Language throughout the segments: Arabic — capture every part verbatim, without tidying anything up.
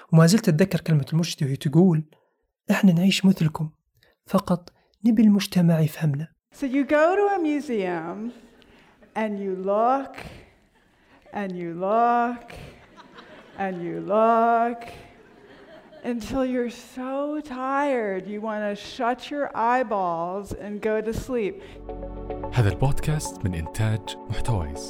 وما زلت أتذكر كلمة المرشدة وهي تقول إحنا نعيش مثلكم، فقط نبي المجتمع يفهمنا. So you go to a museum and you look and you look and you look until you're so tired you want to shut your eyeballs and go to sleep. هذا البودكاست من إنتاج محتويس.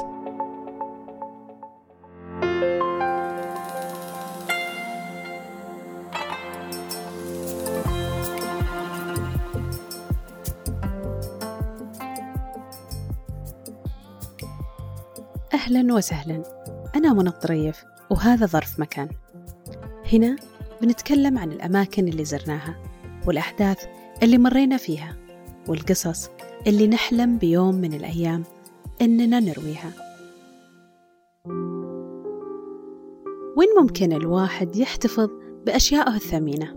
أهلاً وسهلاً، أنا منى الطريف وهذا ظرف مكان. هنا بنتكلم عن الأماكن اللي زرناها والأحداث اللي مرينا فيها والقصص اللي نحلم بيوم من الأيام إننا نرويها. وين ممكن الواحد يحتفظ بأشيائه الثمينة؟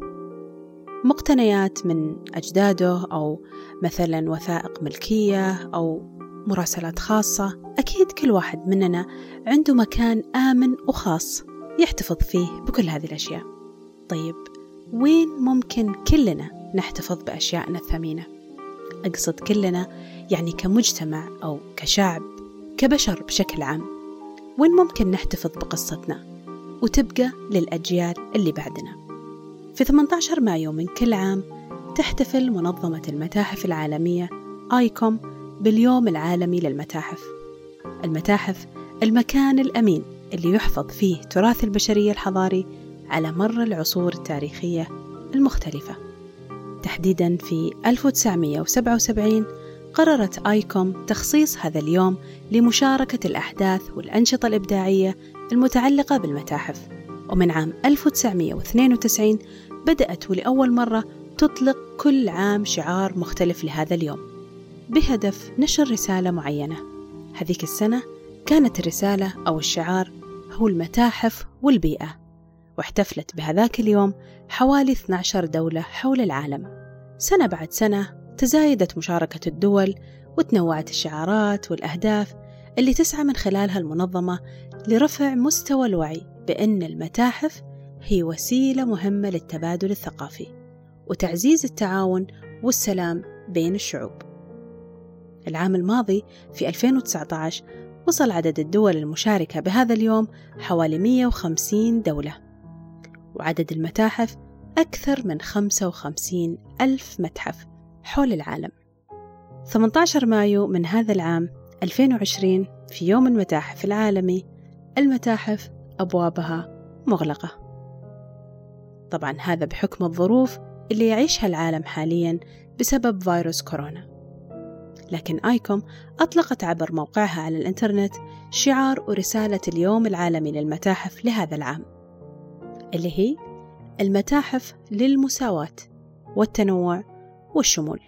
مقتنيات من أجداده، أو مثلاً وثائق ملكية، أو مراسلات خاصة. أكيد كل واحد مننا عنده مكان آمن وخاص يحتفظ فيه بكل هذه الأشياء. طيب وين ممكن كلنا نحتفظ بأشيائنا الثمينة؟ أقصد كلنا يعني كمجتمع أو كشعب، كبشر بشكل عام. وين ممكن نحتفظ بقصتنا وتبقى للأجيال اللي بعدنا؟ في ثمانية عشر مايو من كل عام تحتفل منظمة المتاحف العالمية آيكوم باليوم العالمي للمتاحف. المتاحف المكان الأمين اللي يحفظ فيه تراث البشرية الحضاري على مر العصور التاريخية المختلفة. تحديداً في ألف وتسعمائة وسبعة وسبعين قررت آيكوم تخصيص هذا اليوم لمشاركة الأحداث والأنشطة الإبداعية المتعلقة بالمتاحف. ومن عام ألف وتسعمائة واثنين وتسعين بدأت ولأول مرة تطلق كل عام شعار مختلف لهذا اليوم بهدف نشر رسالة معينة. هذيك السنة كانت الرسالة أو الشعار هو المتاحف والبيئة، واحتفلت بهذاك اليوم حوالي اثنتي عشرة دولة حول العالم. سنة بعد سنة تزايدت مشاركة الدول وتنوعت الشعارات والأهداف اللي تسعى من خلالها المنظمة لرفع مستوى الوعي بأن المتاحف هي وسيلة مهمة للتبادل الثقافي وتعزيز التعاون والسلام بين الشعوب. العام الماضي في ألفين وتسعة عشر وصل عدد الدول المشاركة بهذا اليوم حوالي مئة وخمسين دولة، وعدد المتاحف أكثر من خمسة وخمسين ألف متحف حول العالم. ثمانية عشر مايو من هذا العام ألفين وعشرين في يوم المتاحف العالمي، المتاحف أبوابها مغلقة. طبعا هذا بحكم الظروف اللي يعيشها العالم حاليا بسبب فيروس كورونا. لكن آيكوم أطلقت عبر موقعها على الإنترنت شعار ورسالة اليوم العالمي للمتاحف لهذا العام، اللي هي المتاحف للمساواة والتنوع والشمول.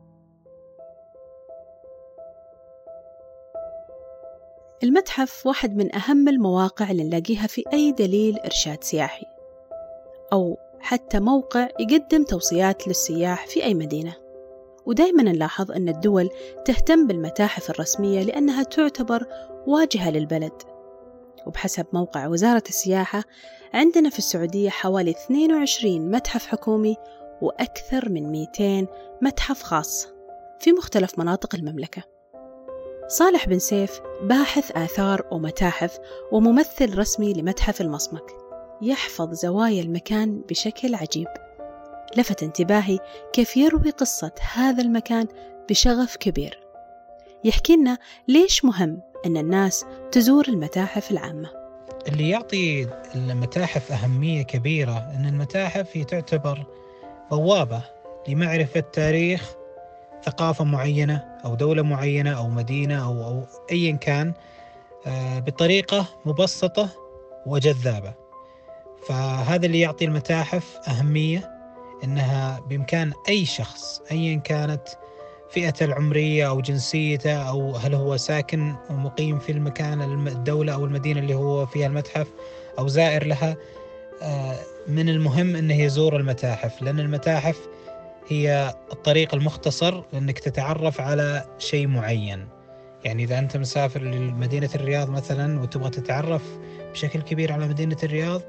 المتحف واحد من أهم المواقع اللي نلاقيها في أي دليل إرشاد سياحي، أو حتى موقع يقدم توصيات للسياح في أي مدينة. ودائما نلاحظ أن الدول تهتم بالمتاحف الرسمية لأنها تعتبر واجهة للبلد. وبحسب موقع وزارة السياحة عندنا في السعودية حوالي اثنين وعشرين متحف حكومي وأكثر من مئتين متحف خاص في مختلف مناطق المملكة. صالح بن سيف باحث آثار ومتاحف وممثل رسمي لمتحف المصمك يحفظ زوايا المكان بشكل عجيب. لفت انتباهي كيف يروي قصة هذا المكان بشغف كبير. يحكي لنا ليش مهم أن الناس تزور المتاحف العامة. اللي يعطي المتاحف أهمية كبيرة أن المتاحف هي تعتبر بوابة لمعرفة تاريخ ثقافة معينة أو دولة معينة أو مدينة أو, أو أي كان بطريقة مبسطة وجذابة. فهذا اللي يعطي المتاحف أهمية، إنها بإمكان أي شخص أيا كانت فئته العمرية أو جنسيته أو هل هو ساكن ومقيم في المكان الدولة أو المدينة اللي هو فيها المتحف أو زائر لها، من المهم أنه يزور المتاحف، لأن المتاحف هي الطريق المختصر لأنك تتعرف على شيء معين. يعني إذا أنت مسافر لمدينة الرياض مثلا وتبغى تتعرف بشكل كبير على مدينة الرياض،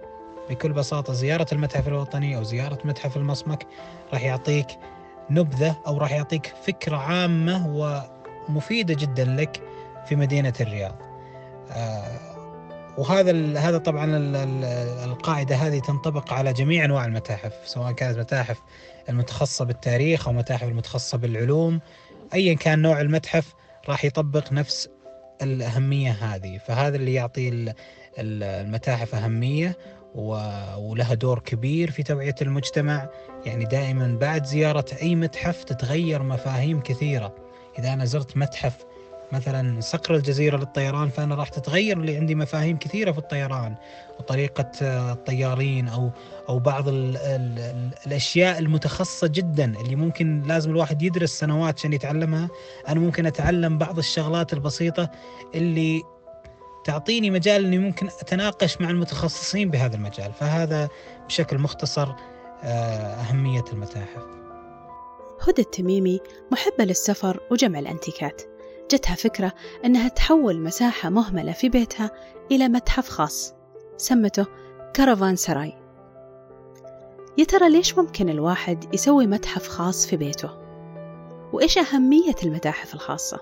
بكل بساطة زيارة المتحف الوطني أو زيارة متحف المصمك راح يعطيك نبذة أو راح يعطيك فكرة عامة ومفيدة جدا لك في مدينة الرياض. آه وهذا هذا طبعا القاعدة هذه تنطبق على جميع أنواع المتاحف، سواء كانت متاحف المتخصصة بالتاريخ أو متاحف المتخصصة بالعلوم، أيا كان نوع المتحف راح يطبق نفس الأهمية هذه. فهذا اللي يعطي المتاحف أهمية ولها دور كبير في توعية المجتمع. يعني دائما بعد زيارة أي متحف تتغير مفاهيم كثيرة. إذا أنا زرت متحف مثلا صقر الجزيرة للطيران، فأنا راح تتغير لي عندي مفاهيم كثيرة في الطيران وطريقة الطيارين أو أو بعض ال ال ال الأشياء المتخصصة جدا اللي ممكن لازم الواحد يدرس سنوات عشان يتعلمها. أنا ممكن أتعلم بعض الشغلات البسيطة اللي تعطيني مجال أني ممكن أتناقش مع المتخصصين بهذا المجال. فهذا بشكل مختصر أهمية المتاحف. هدى التميمي محبة للسفر وجمع الأنتيكات، جتها فكرة أنها تحول مساحة مهملة في بيتها إلى متحف خاص سمته كارفان سراي. يا ترى ليش ممكن الواحد يسوي متحف خاص في بيته؟ وإيش أهمية المتاحف الخاصة؟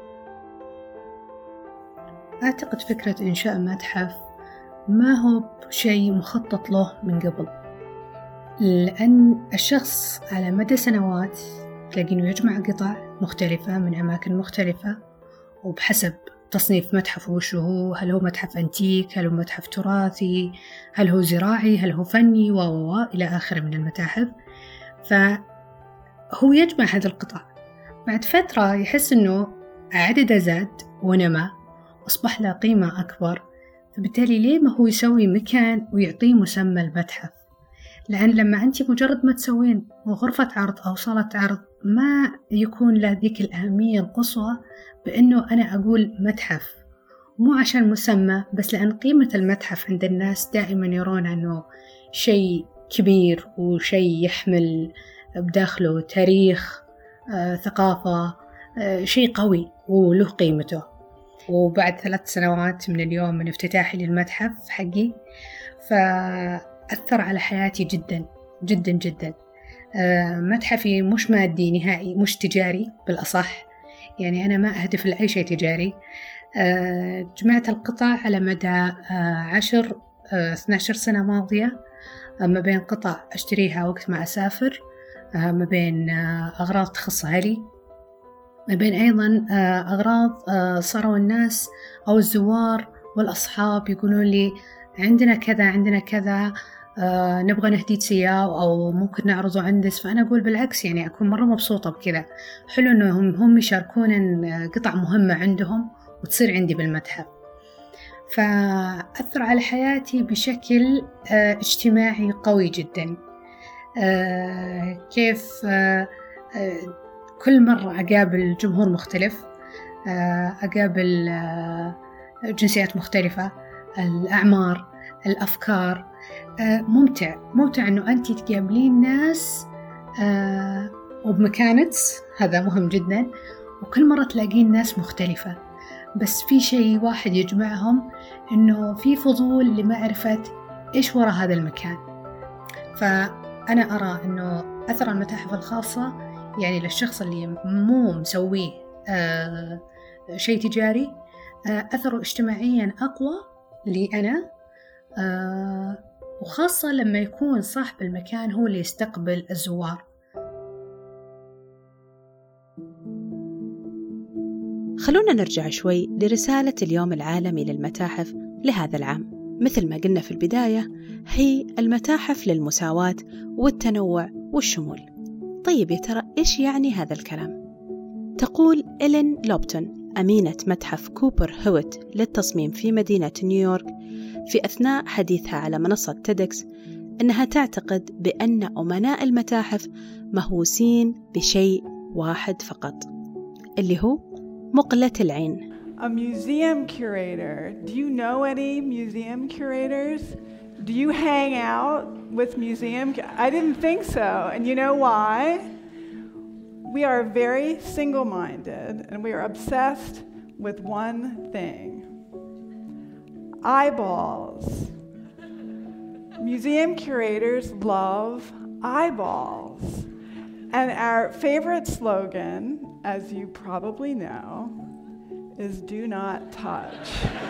أعتقد فكرة إنشاء متحف ما هو شيء مخطط له من قبل، لأن الشخص على مدى سنوات تلاقي إنه يجمع قطع مختلفة من أماكن مختلفة وبحسب تصنيف متحف وش هو، هل هو متحف أنتيك، هل هو متحف تراثي، هل هو زراعي، هل هو فني و و إلى آخر من المتاحف. فهو يجمع هذه القطع، بعد فترة يحس إنه عدده زاد ونما أصبح له قيمة أكبر، فبالتالي ليه ما هو يسوي مكان ويعطيه مسمى المتحف؟ لأن لما أنت مجرد ما تسوين غرفة عرض أو صالة عرض ما يكون له ذيك الأهمية القصوى بأنه أنا أقول متحف، مو عشان مسمى بس، لأن قيمة المتحف عند الناس دائما يرون أنه شيء كبير وشيء يحمل بداخله تاريخ، آه، ثقافة، آه، شيء قوي وله قيمته. وبعد ثلاث سنوات من اليوم من افتتاحي للمتحف حقي فأثر على حياتي جدا جدا جدا. آه، متحفي مش مادي نهائي، مش تجاري بالأصح، يعني أنا ما أهدف لأي شيء تجاري. آه، جمعت القطع على مدى آه، عشر آه، اثنى عشر سنة ماضية، آه، ما بين قطع أشتريها وقت ما أسافر، آه، ما بين آه، أغراض تخص أهلي، ما بين أيضا أغراض صاروا الناس أو الزوار والأصحاب يقولون لي عندنا كذا عندنا كذا، نبغى نهدي سياو أو ممكن نعرضه عندك. فأنا أقول بالعكس، يعني أكون مرة مبسوطة بكذا، حلو أنهم هم يشاركون قطع مهمة عندهم وتصير عندي بالمتحف. فأثر على حياتي بشكل اجتماعي قوي جدا. كيف كل مرة أقابل جمهور مختلف، أقابل جنسيات مختلفة، الأعمار، الأفكار، ممتع ممتع أنه أنت تقابلين ناس وبمكانة، هذا مهم جدا، وكل مرة تلاقين ناس مختلفة بس في شيء واحد يجمعهم، أنه في فضول لمعرفة إيش وراء هذا المكان. فأنا أرى أنه أثر المتاحف الخاصة يعني للشخص اللي مو مسويه آه شيء تجاري، آه أثره اجتماعيا أقوى لي أنا، آه وخاصة لما يكون صاحب المكان هو اللي يستقبل الزوار. خلونا نرجع شوي لرسالة اليوم العالمي للمتاحف لهذا العام. مثل ما قلنا في البداية، هي المتاحف للمساواة والتنوع والشمول. طيب يا ترى إيش يعني هذا الكلام؟ تقول إلين لوبتون أمينة متحف كوبر هويت للتصميم في مدينة نيويورك في أثناء حديثها على منصة تيدكس أنها تعتقد بأن أمناء المتاحف مهووسين بشيء واحد فقط، اللي هو مقلة العين. A museum curator. Do you know any museum curators? Do you hang out with museum? I didn't think so. And you know why? We are very single-minded and we are obsessed with one thing. Eyeballs. museum curators love eyeballs. And our favorite slogan, as you probably know, is do not touch.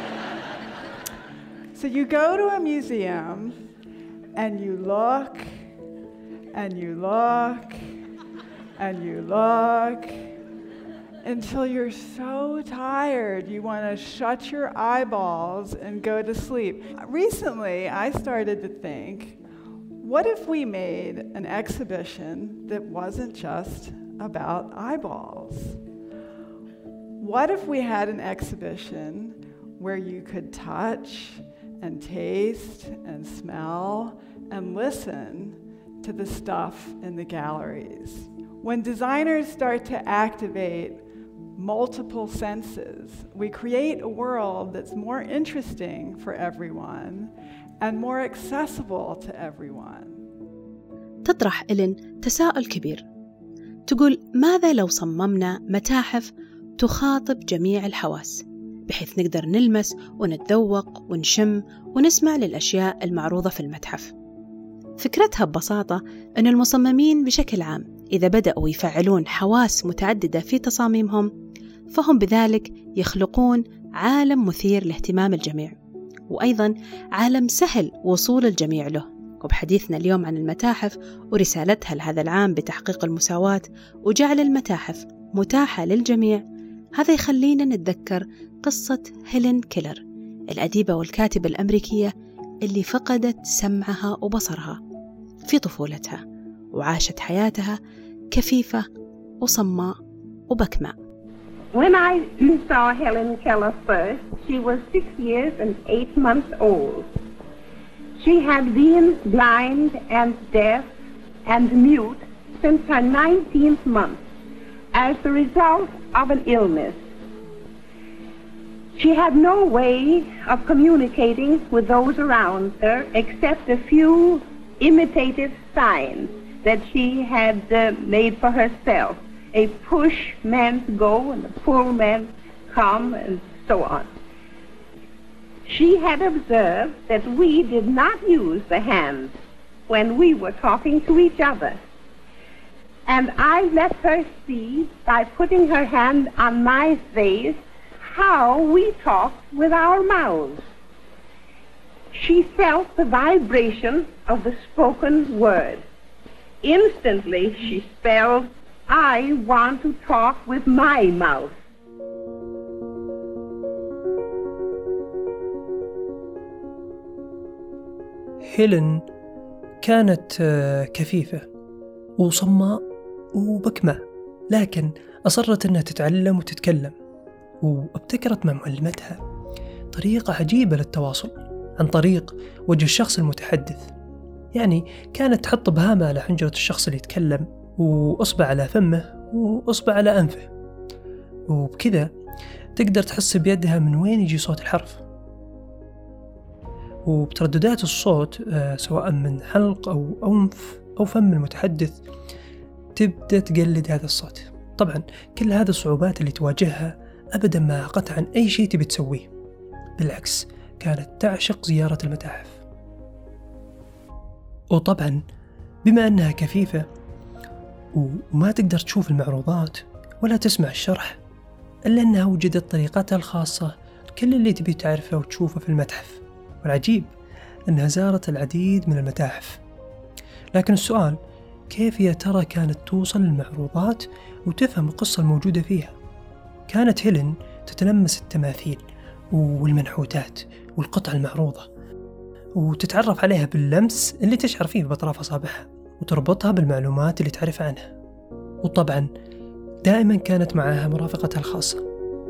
So you go to a museum and you look and you look and you look until you're so tired you want to shut your eyeballs and go to sleep. Recently, I started to think, what if we made an exhibition that wasn't just about eyeballs? What if we had an exhibition where you could touch and taste and smell and listen to the stuff in the galleries? When designers start to activate multiple senses, we create a world that's more interesting for everyone and more accessible to everyone. تطرح إلين تساؤل كبير، تقول ماذا لو صممنا متاحف تخاطب جميع الحواس بحيث نقدر نلمس ونتذوق ونشم ونسمع للأشياء المعروضة في المتحف؟ فكرتها ببساطة أن المصممين بشكل عام إذا بدأوا يفعلون حواس متعددة في تصاميمهم فهم بذلك يخلقون عالم مثير لاهتمام الجميع، وأيضاً عالم سهل وصول الجميع له. وبحديثنا اليوم عن المتاحف ورسالتها لهذا العام بتحقيق المساواة وجعل المتاحف متاحة للجميع، هذا يخلينا نتذكر قصة هيلين كيلر، الأديبة والكاتبة الأمريكية اللي فقدت سمعها وبصرها في طفولتها وعاشت حياتها كفيفة وصماء وبكماء. When I saw Helen Keller first, she was six years and eight months old. She had been blind and deaf and mute since her nineteenth month as the result of an illness. She had no way of communicating with those around her except a few imitative signs that she had uh, made for herself. A push meant go and a pull meant come and so on. She had observed that we did not use the hands when we were talking to each other. And I let her see by putting her hand on my face how we talked with our mouths. She felt the vibration of the spoken word. Instantly she spelled, I want to talk with my mouth. هيلين كانت كفيفة وصماء وبكماء، لكن أصرت أنها تتعلم وتتكلم، وابتكرت مع معلمتها طريقة عجيبة للتواصل عن طريق وجه الشخص المتحدث. يعني كانت تحط بهامة على حنجرة الشخص اللي يتكلم وأصبع على فمه وأصبع على أنفه، وبكذا تقدر تحس بيدها من وين يجي صوت الحرف. وبترددات الصوت سواء من حلق أو أنف أو فم المتحدث تبدأ تقلد هذا الصوت. طبعا كل هذه الصعوبات اللي تواجهها أبدا ما عقتها عن أي شيء تبي تسويه، بالعكس كانت تعشق زيارة المتاحف. وطبعا بما أنها كفيفة وما تقدر تشوف المعروضات ولا تسمع الشرح، إلا أنها وجدت طريقتها الخاصة كل اللي تبي تعرفه وتشوفه في المتحف. والعجيب أنها زارت العديد من المتاحف، لكن السؤال كيف يا ترى كانت توصل للمعروضات وتفهم القصة الموجودة فيها؟ كانت هيلين تتلمس التماثيل والمنحوتات والقطع المعروضة وتتعرف عليها باللمس اللي تشعر فيه بأطراف أصابعها وتربطها بالمعلومات اللي تعرف عنها. وطبعا دائما كانت معها مرافقتها الخاصة.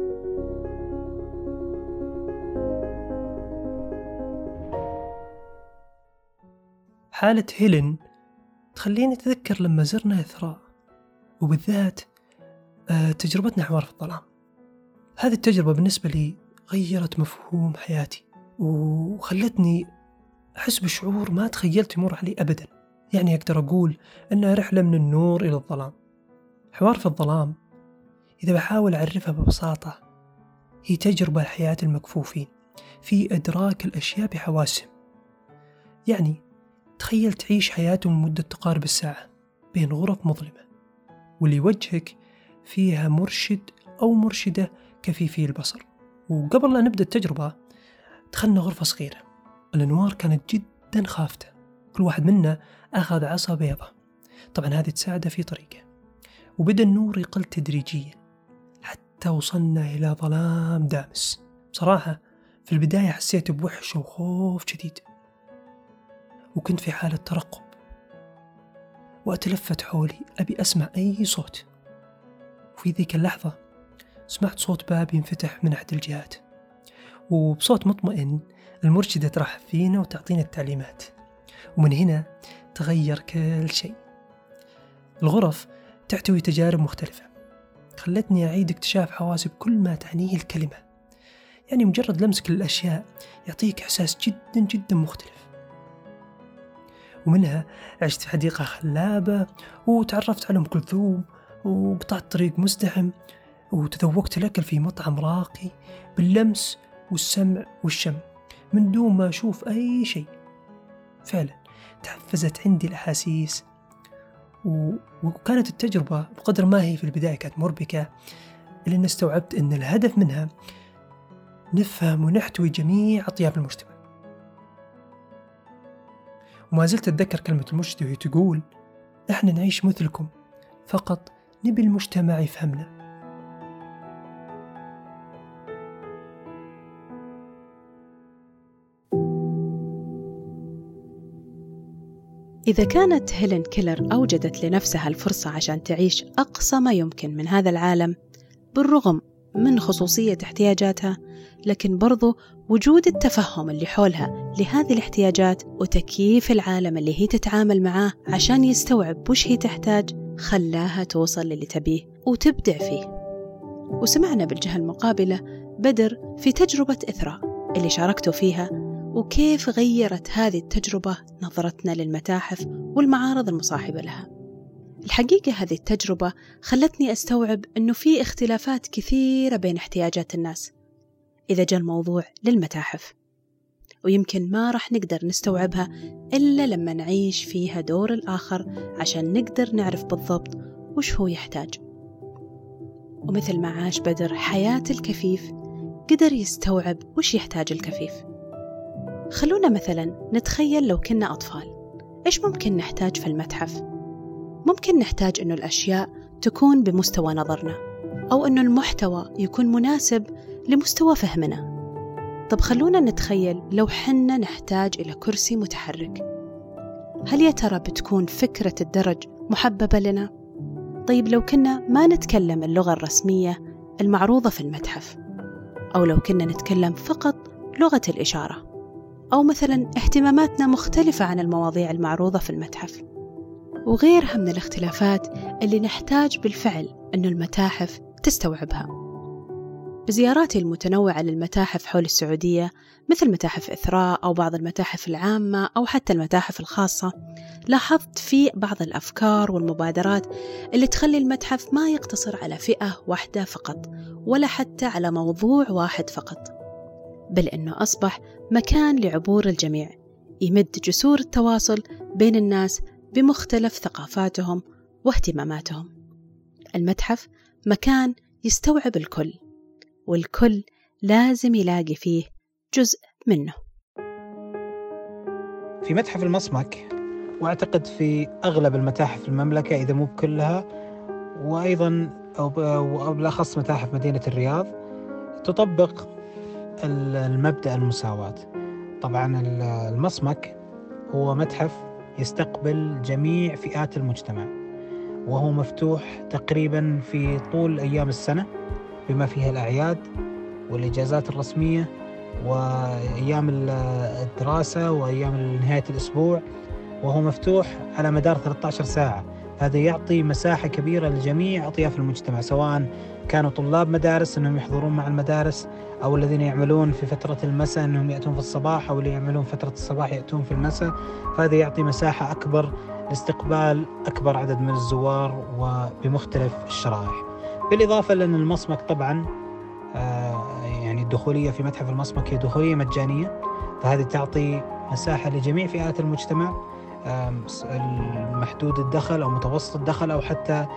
حالة هيلين تخليني أتذكر لما زرنا إثراء، وبالذات تجربتنا حوار في الظلام. هذه التجربة بالنسبة لي غيرت مفهوم حياتي وخلتني أحس بشعور ما تخيلت يمر علي أبدا. يعني أقدر أقول أنها رحلة من النور إلى الظلام. حوار في الظلام إذا بحاول أعرفها ببساطة هي تجربة لحياة المكفوفين في إدراك الأشياء بحواسهم. يعني تخيل تعيش حياتهم لمدة تقارب الساعة بين غرف مظلمة، واللي يوجهك فيها مرشد أو مرشدة كفيفي البصر. وقبل لا نبدأ التجربة دخلنا غرفة صغيرة، الأنوار كانت جدا خافتة، كل واحد منا أخذ عصا بيضة، طبعا هذه تساعده في طريقه، وبدأ النور يقل تدريجيا حتى وصلنا إلى ظلام دامس. بصراحة في البداية حسيت بوحش وخوف شديد، وكنت في حالة ترقب وأتلفت حولي أبي أسمع أي صوت. وفي ذيك اللحظة سمعت صوت باب ينفتح من أحد الجهات، وبصوت مطمئن المرشدة ترحب فينا وتعطينا التعليمات. ومن هنا تغير كل شيء. الغرف تحتوي تجارب مختلفة خلتني أعيد اكتشاف حواسي بكل ما تعنيه الكلمة. يعني مجرد لمسك للأشياء يعطيك إحساس جدا جدا مختلف. ومنها عشت في حديقة خلابة، وتعرفت على أم كلثوم، وقطعت طريق مزدحم، وتذوقت الأكل في مطعم راقي باللمس والسمع والشم من دون ما أشوف أي شيء. فعلا تحفزت عندي الأحاسيس، وكانت التجربة بقدر ما هي في البداية كانت مربكة، إلا أن استوعبت أن الهدف منها نفهم ونحتوي جميع أطياف المجتمع. وما زلت أتذكر كلمة المرشد وهي تقول: إحنا نعيش مثلكم، فقط نبي المجتمع يفهمنا. إذا كانت هيلين كيلر أوجدت لنفسها الفرصة عشان تعيش أقصى ما يمكن من هذا العالم بالرغم من خصوصية احتياجاتها، لكن برضو وجود التفهم اللي حولها لهذه الاحتياجات وتكييف العالم اللي هي تتعامل معاه عشان يستوعب وش هي تحتاج خلاها توصل للي تبيه وتبدع فيه. وسمعنا بالجهة المقابلة بدر في تجربة إثراء اللي شاركته فيها، وكيف غيرت هذه التجربة نظرتنا للمتاحف والمعارض المصاحبة لها. الحقيقة هذه التجربة خلتني أستوعب أنه في اختلافات كثيرة بين احتياجات الناس إذا جاء الموضوع للمتاحف، ويمكن ما رح نقدر نستوعبها إلا لما نعيش فيها دور الآخر عشان نقدر نعرف بالضبط وش هو يحتاج. ومثل ما عاش بدر حياة الكفيف قدر يستوعب وش يحتاج الكفيف. خلونا مثلا نتخيل لو كنا أطفال، إيش ممكن نحتاج في المتحف؟ ممكن نحتاج أنه الأشياء تكون بمستوى نظرنا، أو أنه المحتوى يكون مناسب لمستوى فهمنا. طب خلونا نتخيل لو حنا نحتاج إلى كرسي متحرك، هل يا ترى بتكون فكرة الدرج محببة لنا؟ طيب لو كنا ما نتكلم اللغة الرسمية المعروضة في المتحف، أو لو كنا نتكلم فقط لغة الإشارة، أو مثلا اهتماماتنا مختلفة عن المواضيع المعروضة في المتحف، وغيرها من الاختلافات اللي نحتاج بالفعل أن المتاحف تستوعبها. بزياراتي المتنوعة للمتاحف حول السعودية مثل متاحف إثراء أو بعض المتاحف العامة أو حتى المتاحف الخاصة، لاحظت في بعض الأفكار والمبادرات اللي تخلي المتحف ما يقتصر على فئة واحدة فقط ولا حتى على موضوع واحد فقط، بل أنه أصبح مكان لعبور الجميع، يمد جسور التواصل بين الناس بمختلف ثقافاتهم واهتماماتهم. المتحف مكان يستوعب الكل، والكل لازم يلاقي فيه جزء منه. في متحف المصمك، وأعتقد في أغلب المتاحف في المملكة إذا مو بكلها، وأيضا أو بالأخص متاحف مدينة الرياض، تطبق المبدأ المساواة. طبعا المصمك هو متحف يستقبل جميع فئات المجتمع، وهو مفتوح تقريبا في طول أيام السنة بما فيها الأعياد والإجازات الرسمية وأيام الدراسة وأيام نهاية الأسبوع، وهو مفتوح على مدار ثلاثة عشر ساعة. هذا يعطي مساحة كبيرة لجميع أطياف المجتمع، سواء كانوا طلاب مدارس أنهم يحضرون مع المدارس، أو الذين يعملون في فترة المساء أنهم يأتون في الصباح، أو اللي يعملون فترة الصباح يأتون في المساء. فهذا يعطي مساحة أكبر لاستقبال أكبر عدد من الزوار وبمختلف الشرائح. بالإضافة لأن المصمك طبعا آه يعني الدخولية في متحف المصمك هي دخولية مجانية، فهذه تعطي مساحة لجميع فئات المجتمع المحدود الدخل أو متوسط الدخل أو حتى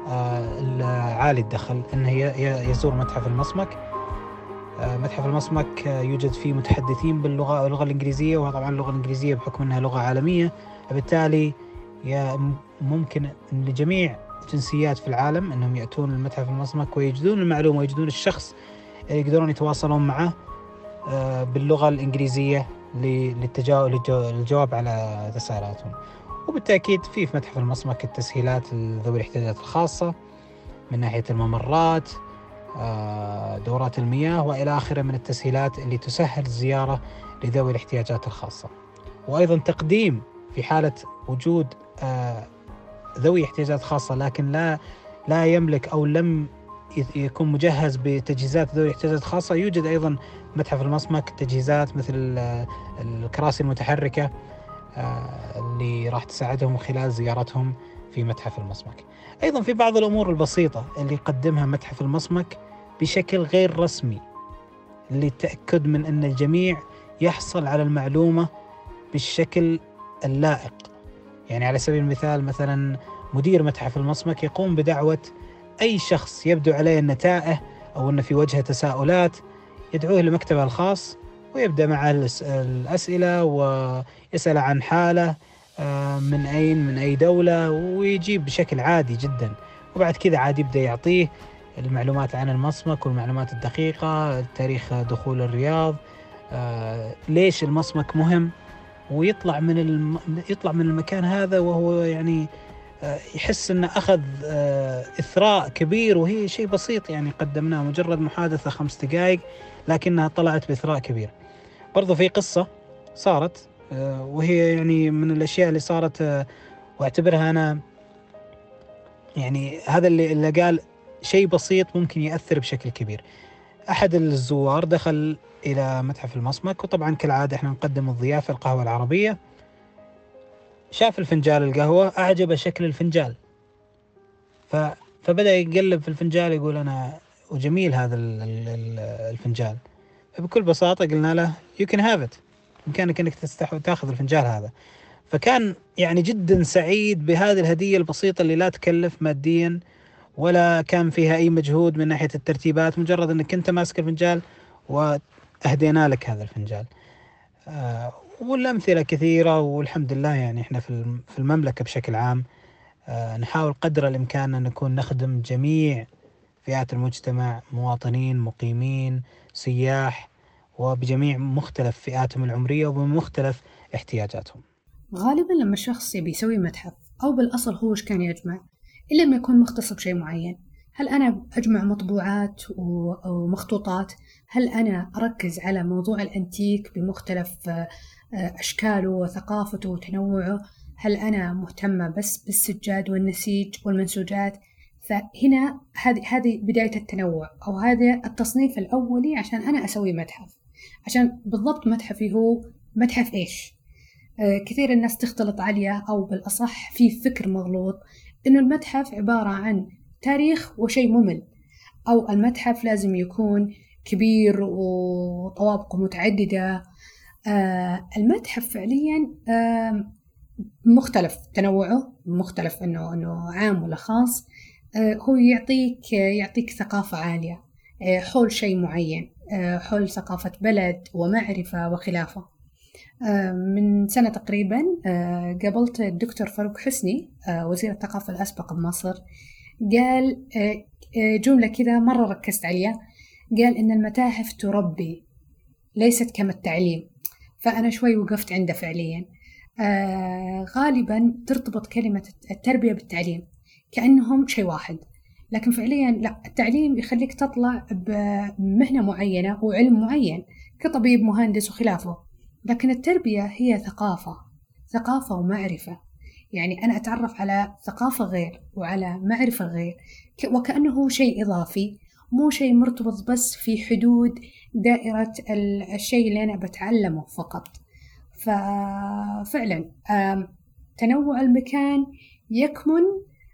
عالي الدخل أنه يزور متحف المصمك. متحف المصمك يوجد فيه متحدثين باللغة اللغة الإنجليزية، وطبعا اللغة الإنجليزية بحكم أنها لغة عالمية بالتالي ممكن لجميع الجنسيات في العالم أنهم يأتون لمتحف المصمك ويجدون المعلومة ويجدون الشخص اللي يقدرون يتواصلون معه باللغة الإنجليزية للجواب على تساؤلاتهم. وبالتأكيد في في متحف المصمك التسهيلات لذوي الاحتياجات الخاصة من ناحية الممرات، دورات المياه وإلى آخره من التسهيلات اللي تسهل الزيارة لذوي الاحتياجات الخاصة. وأيضا تقديم في حالة وجود ذوي احتياجات خاصة لكن لا لا يملك أو لم يكون مجهز بتجهيزات ذوي الاحتياجات الخاصة، يوجد أيضا متحف المصمك تجهيزات مثل الكراسي المتحركة اللي راح تساعدهم خلال زيارتهم في متحف المصمك. أيضا في بعض الأمور البسيطة اللي يقدمها متحف المصمك بشكل غير رسمي للتأكد من أن الجميع يحصل على المعلومة بالشكل اللائق. يعني على سبيل المثال مثلا مدير متحف المصمك يقوم بدعوة أي شخص يبدو عليه أنه تائه أو أنه في وجهه تساؤلات، يدعوه لمكتبه الخاص ويبدأ معه الأسئلة ويسأل عن حالة من أين من أي دولة، ويجيب بشكل عادي جدا. وبعد كذا عاد يبدأ يعطيه المعلومات عن المصمك والمعلومات الدقيقة، تاريخ دخول الرياض، ليش المصمك مهم، ويطلع من الم... يطلع من المكان هذا وهو يعني يحس أنه أخذ إثراء كبير، وهي شيء بسيط يعني قدمناه مجرد محادثة خمس دقائق لكنها طلعت بإثراء كبير. برضو في قصة صارت وهي يعني من الأشياء اللي صارت واعتبرها أنا يعني هذا اللي, اللي قال شيء بسيط ممكن يأثر بشكل كبير. أحد الزوار دخل إلى متحف المصمك، وطبعا كالعادة احنا نقدم الضيافة القهوة العربية. شاف الفنجال القهوة أعجب شكل الفنجال، ف... فبدأ يقلب في الفنجال يقول أنا وجميل هذا الفنجال. فبكل بساطة قلنا له you can have it، بإمكانك أنك تستحو تأخذ الفنجال هذا. فكان يعني جدا سعيد بهذه الهدية البسيطة اللي لا تكلف ماديا ولا كان فيها أي مجهود من ناحية الترتيبات، مجرد أنك أنت ماسك الفنجال وأهدينا لك هذا الفنجال. آه والأمثلة كثيرة، والحمد لله يعني إحنا في المملكة بشكل عام آه نحاول قدر الإمكان أن نكون نخدم جميع فئات المجتمع، مواطنين، مقيمين، سياح، وبجميع مختلف فئاتهم العمرية وبمختلف احتياجاتهم. غالبا لما الشخص يبي يسوي متحف أو بالأصل هو وش كان يجمع إلا ما يكون مختص بشيء معين. هل أنا أجمع مطبوعات ومخطوطات؟ هل أنا أركز على موضوع الأنتيك بمختلف أشكاله وثقافته وتنوعه؟ هل أنا مهتمة بس بالسجاد والنسيج والمنسوجات؟ فهنا هذه هذه بداية التنوع أو هذا التصنيف الأولي عشان أنا أسوي متحف. عشان بالضبط متحفي هو متحف إيش؟ آه كثير الناس تختلط عليه أو بالأصح في فكر مغلوط إنه المتحف عبارة عن تاريخ وشيء ممل، أو المتحف لازم يكون كبير وطوابقه متعددة. آه المتحف فعليا آه مختلف تنوعه، مختلف إنه إنه عام ولا خاص. آه هو يعطيك يعطيك ثقافة عالية آه حول شيء معين، آه حول ثقافة بلد ومعرفة وخلافه. آه من سنة تقريبا آه قابلت الدكتور فاروق حسني آه وزير الثقافة الأسبق بمصر. قال آه جملة كذا مرة ركزت عليها، قال إن المتاحف تربي ليست كما التعليم. فأنا شوي وقفت عنده فعليا. آه غالبا ترتبط كلمة التربية بالتعليم كأنهم شيء واحد، لكن فعليا لا، التعليم يخليك تطلع بمهنة معينة وعلم معين كطبيب مهندس وخلافه، لكن التربية هي ثقافة ثقافة ومعرفة. يعني أنا أتعرف على ثقافة غير وعلى معرفة غير، وكأنه شيء إضافي مو شيء مرتبط بس في حدود دائرة الشيء اللي أنا بتعلمه فقط. ففعلا تنوع المكان يكمن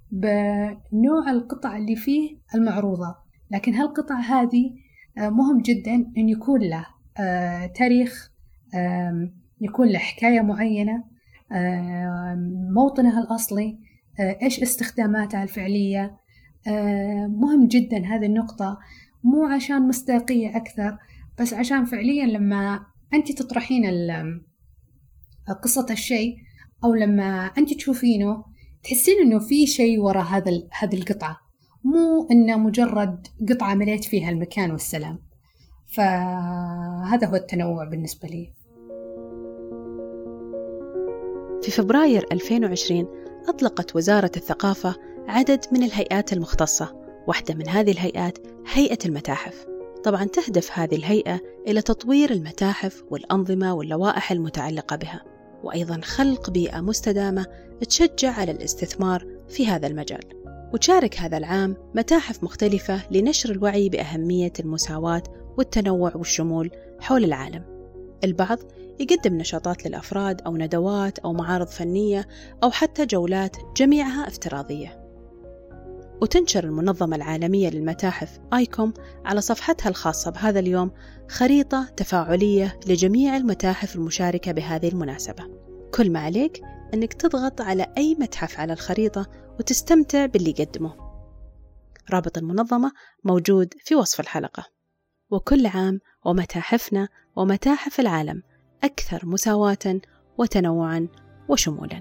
بنوع القطع اللي فيه المعروضة، لكن هالقطع هذه مهم جدا أن يكون له تاريخ، يكون له حكاية معينة، موطنها الأصلي، إيش استخداماتها الفعلية. مهم جدا هذه النقطة، مو عشان مصداقية أكثر، بس عشان فعليا لما أنت تطرحين قصة الشيء أو لما أنت تشوفينه تحسين إنه في شيء وراء هذا هذه القطعة، مو إنه مجرد قطعة مليت فيها المكان والسلام. فهذا هو التنوع بالنسبة لي. في فبراير ألفين وعشرين أطلقت وزارة الثقافة عدد من الهيئات المختصة. واحدة من هذه الهيئات هيئة المتاحف. طبعا تهدف هذه الهيئة إلى تطوير المتاحف والأنظمة واللوائح المتعلقة بها، وأيضا خلق بيئة مستدامة تشجع على الاستثمار في هذا المجال. وتشارك هذا العام متاحف مختلفة لنشر الوعي بأهمية المساواة والتنوع والشمول حول العالم. البعض يقدم نشاطات للأفراد أو ندوات أو معارض فنية أو حتى جولات جميعها افتراضية. وتنشر المنظمة العالمية للمتاحف آيكوم على صفحتها الخاصة بهذا اليوم خريطة تفاعلية لجميع المتاحف المشاركة بهذه المناسبة. كل ما عليك أنك تضغط على أي متحف على الخريطة وتستمتع باللي يقدمه. رابط المنظمة موجود في وصف الحلقة. وكل عام ومتاحفنا ومتاحف العالم أكثر مساواة وتنوعا وشمولا.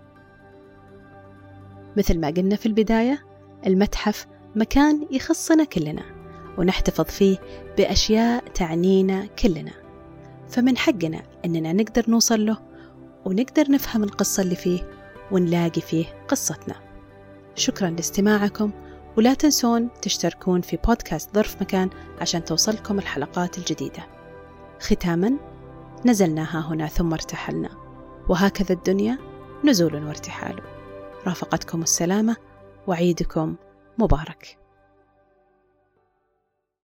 مثل ما قلنا في البداية، المتحف مكان يخصنا كلنا ونحتفظ فيه بأشياء تعنينا كلنا، فمن حقنا أننا نقدر نوصل له ونقدر نفهم القصة اللي فيه ونلاقي فيه قصتنا. شكرا لاستماعكم، ولا تنسون تشتركون في بودكاست ظرف مكان عشان توصلكم الحلقات الجديدة. ختاما، نزلنا ها هنا ثم ارتحلنا، وهكذا الدنيا نزول وارتحال. رافقتكم السلامة، وعيدكم مبارك.